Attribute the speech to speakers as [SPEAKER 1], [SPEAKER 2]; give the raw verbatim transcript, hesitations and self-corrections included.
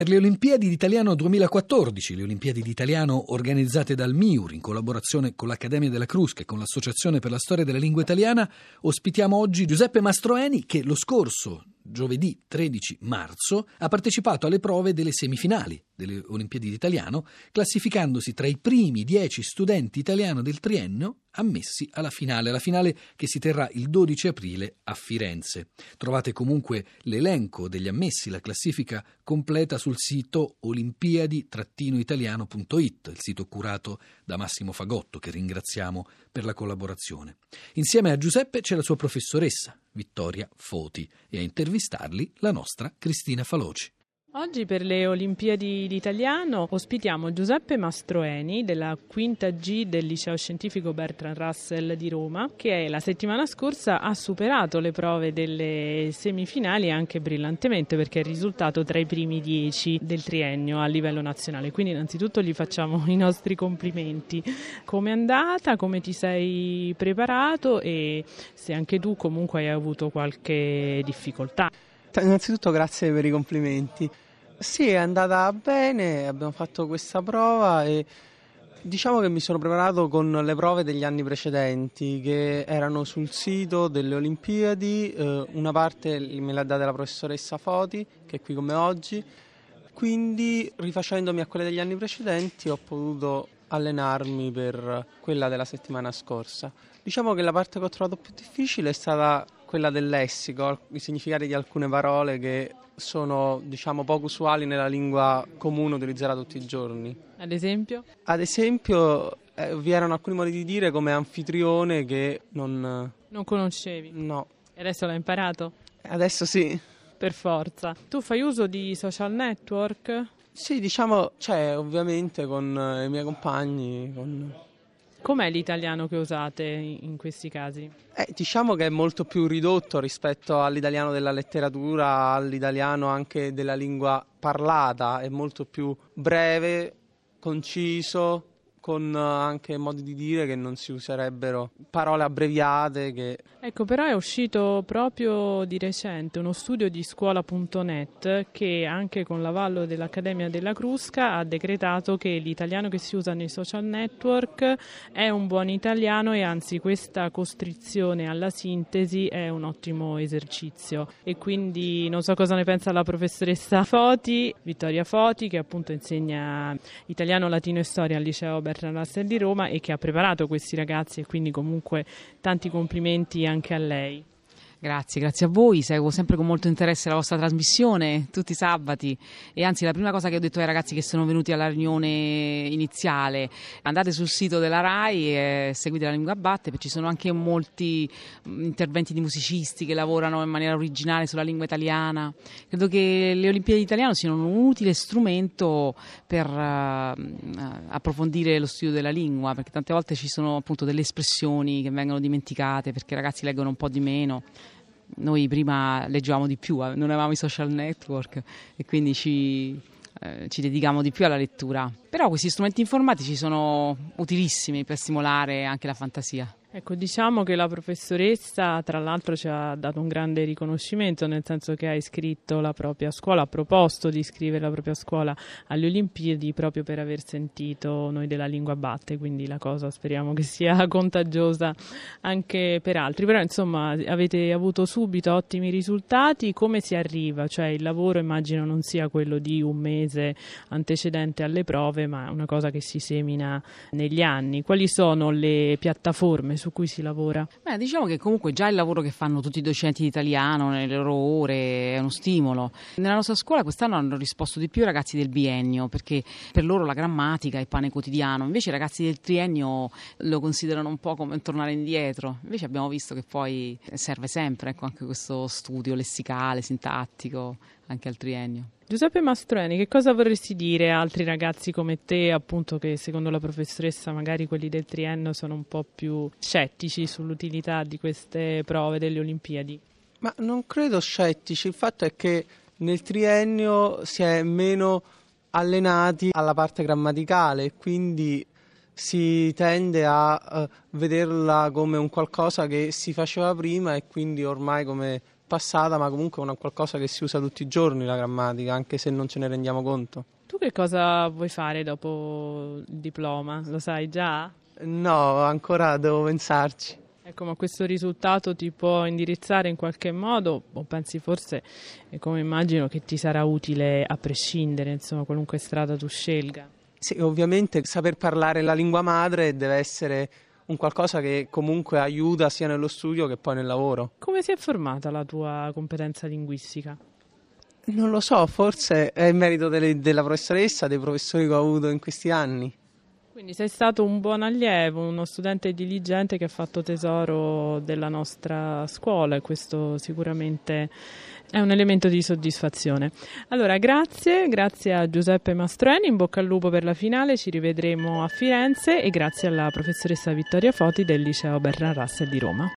[SPEAKER 1] Per le Olimpiadi d'Italiano duemilaquattordici, le Olimpiadi d'Italiano organizzate dal MIUR in collaborazione con l'Accademia della Crusca e con l'Associazione per la Storia della Lingua Italiana, ospitiamo oggi Giuseppe Mastroeni, che lo scorso giovedì tredici marzo ha partecipato alle prove delle semifinali delle Olimpiadi d'Italiano, classificandosi tra i primi dieci studenti italiani del triennio ammessi alla finale, la finale che si terrà il dodici aprile a Firenze. Trovate comunque l'elenco degli ammessi, la classifica completa sul sito olimpiadi italiano punto it, il sito curato da Massimo Fagotto, che ringraziamo per la collaborazione. Insieme a Giuseppe c'è la sua professoressa, Vittoria Foti, e a intervistarli la nostra Cristina Faloci.
[SPEAKER 2] Oggi per le Olimpiadi d'Italiano ospitiamo Giuseppe Mastroeni della quinta G del Liceo Scientifico Bertrand Russell di Roma, che la settimana scorsa ha superato le prove delle semifinali anche brillantemente, perché è risultato tra i primi dieci del triennio a livello nazionale. Quindi innanzitutto gli facciamo i nostri complimenti. Come è andata? Come ti sei preparato? E se anche tu comunque hai avuto qualche difficoltà?
[SPEAKER 3] Innanzitutto grazie per i complimenti. Sì, è andata bene, abbiamo fatto questa prova e diciamo che mi sono preparato con le prove degli anni precedenti che erano sul sito delle Olimpiadi, eh, una parte me l'ha data la professoressa Foti, che è qui con me oggi, quindi rifacendomi a quelle degli anni precedenti ho potuto allenarmi per quella della settimana scorsa. Diciamo che la parte che ho trovato più difficile è stata quella del lessico, i significati di alcune parole che sono, diciamo, poco usuali nella lingua comune utilizzata tutti i giorni.
[SPEAKER 2] Ad esempio?
[SPEAKER 3] Ad esempio, eh, vi erano alcuni modi di dire come anfitrione che non...
[SPEAKER 2] Non conoscevi?
[SPEAKER 3] No.
[SPEAKER 2] E adesso l'hai imparato?
[SPEAKER 3] Adesso sì.
[SPEAKER 2] Per forza. Tu fai uso di social network?
[SPEAKER 3] Sì, diciamo, c'è ovviamente con i miei compagni, con...
[SPEAKER 2] Com'è l'italiano che usate in questi casi?
[SPEAKER 3] Eh, diciamo che è molto più ridotto rispetto all'italiano della letteratura, all'italiano anche della lingua parlata, è molto più breve, conciso, con anche modi di dire che non si userebbero, parole abbreviate che...
[SPEAKER 2] Ecco, però è uscito proprio di recente uno studio di scuola punto net che anche con l'avallo dell'Accademia della Crusca ha decretato che l'italiano che si usa nei social network è un buon italiano e anzi questa costrizione alla sintesi è un ottimo esercizio. E quindi non so cosa ne pensa la professoressa Foti, Vittoria Foti, che appunto insegna italiano, latino e storia al liceo Bertrand Russell di Roma e che ha preparato questi ragazzi, e quindi comunque tanti complimenti anche a lei.
[SPEAKER 4] Grazie, grazie a voi, seguo sempre con molto interesse la vostra trasmissione tutti i sabati e anzi la prima cosa che ho detto ai ragazzi che sono venuti alla riunione iniziale: andate sul sito della RAI e seguite la Lingua Batte, perché ci sono anche molti interventi di musicisti che lavorano in maniera originale sulla lingua italiana. Credo che le Olimpiadi d'Italiano siano un utile strumento per uh, approfondire lo studio della lingua, perché tante volte ci sono appunto delle espressioni che vengono dimenticate perché i ragazzi leggono un po' di meno. Noi prima leggevamo di più, non avevamo i social network e quindi ci, eh, ci dedichiamo di più alla lettura. Però questi strumenti informatici sono utilissimi per stimolare anche la fantasia.
[SPEAKER 2] Ecco, diciamo che la professoressa tra l'altro ci ha dato un grande riconoscimento, nel senso che ha iscritto la propria scuola, ha proposto di iscrivere la propria scuola alle Olimpiadi proprio per aver sentito noi della Lingua Batte, quindi la cosa speriamo che sia contagiosa anche per altri. Però insomma avete avuto subito ottimi risultati. Come si arriva? Cioè il lavoro immagino non sia quello di un mese antecedente alle prove, ma è una cosa che si semina negli anni. Quali sono le piattaforme su cui si lavora?
[SPEAKER 4] Beh, diciamo che comunque già il lavoro che fanno tutti i docenti di italiano nelle loro ore è uno stimolo. Nella nostra scuola quest'anno hanno risposto di più i ragazzi del biennio, perché per loro la grammatica è pane quotidiano, invece i ragazzi del triennio lo considerano un po' come tornare indietro. Invece abbiamo visto che poi serve sempre, ecco, anche questo studio lessicale, sintattico anche al triennio.
[SPEAKER 2] Giuseppe Mastroeni, che cosa vorresti dire a altri ragazzi come te, appunto, che secondo la professoressa magari quelli del triennio sono un po' più scettici sull'utilità di queste prove delle Olimpiadi?
[SPEAKER 3] Ma non credo scettici, il fatto è che nel triennio si è meno allenati alla parte grammaticale e quindi si tende a uh, vederla come un qualcosa che si faceva prima e quindi ormai come passata, ma comunque è una qualcosa che si usa tutti i giorni, la grammatica, anche se non ce ne rendiamo conto.
[SPEAKER 2] Tu che cosa vuoi fare dopo il diploma? Lo sai già?
[SPEAKER 3] No, ancora devo pensarci.
[SPEAKER 2] Ecco, ma questo risultato ti può indirizzare in qualche modo, o pensi forse, e come immagino, che ti sarà utile a prescindere, insomma, qualunque strada tu scelga?
[SPEAKER 3] Sì, ovviamente saper parlare la lingua madre deve essere un qualcosa che comunque aiuta sia nello studio che poi nel lavoro.
[SPEAKER 2] Come si è formata la tua competenza linguistica?
[SPEAKER 3] Non lo so, forse è il merito delle, della professoressa, dei professori che ho avuto in questi anni.
[SPEAKER 2] Quindi sei stato un buon allievo, uno studente diligente che ha fatto tesoro della nostra scuola e questo sicuramente è un elemento di soddisfazione. Allora, grazie, grazie a Giuseppe Mastroeni, in bocca al lupo per la finale, ci rivedremo a Firenze e grazie alla professoressa Vittoria Foti del liceo Bertrand Russell di Roma.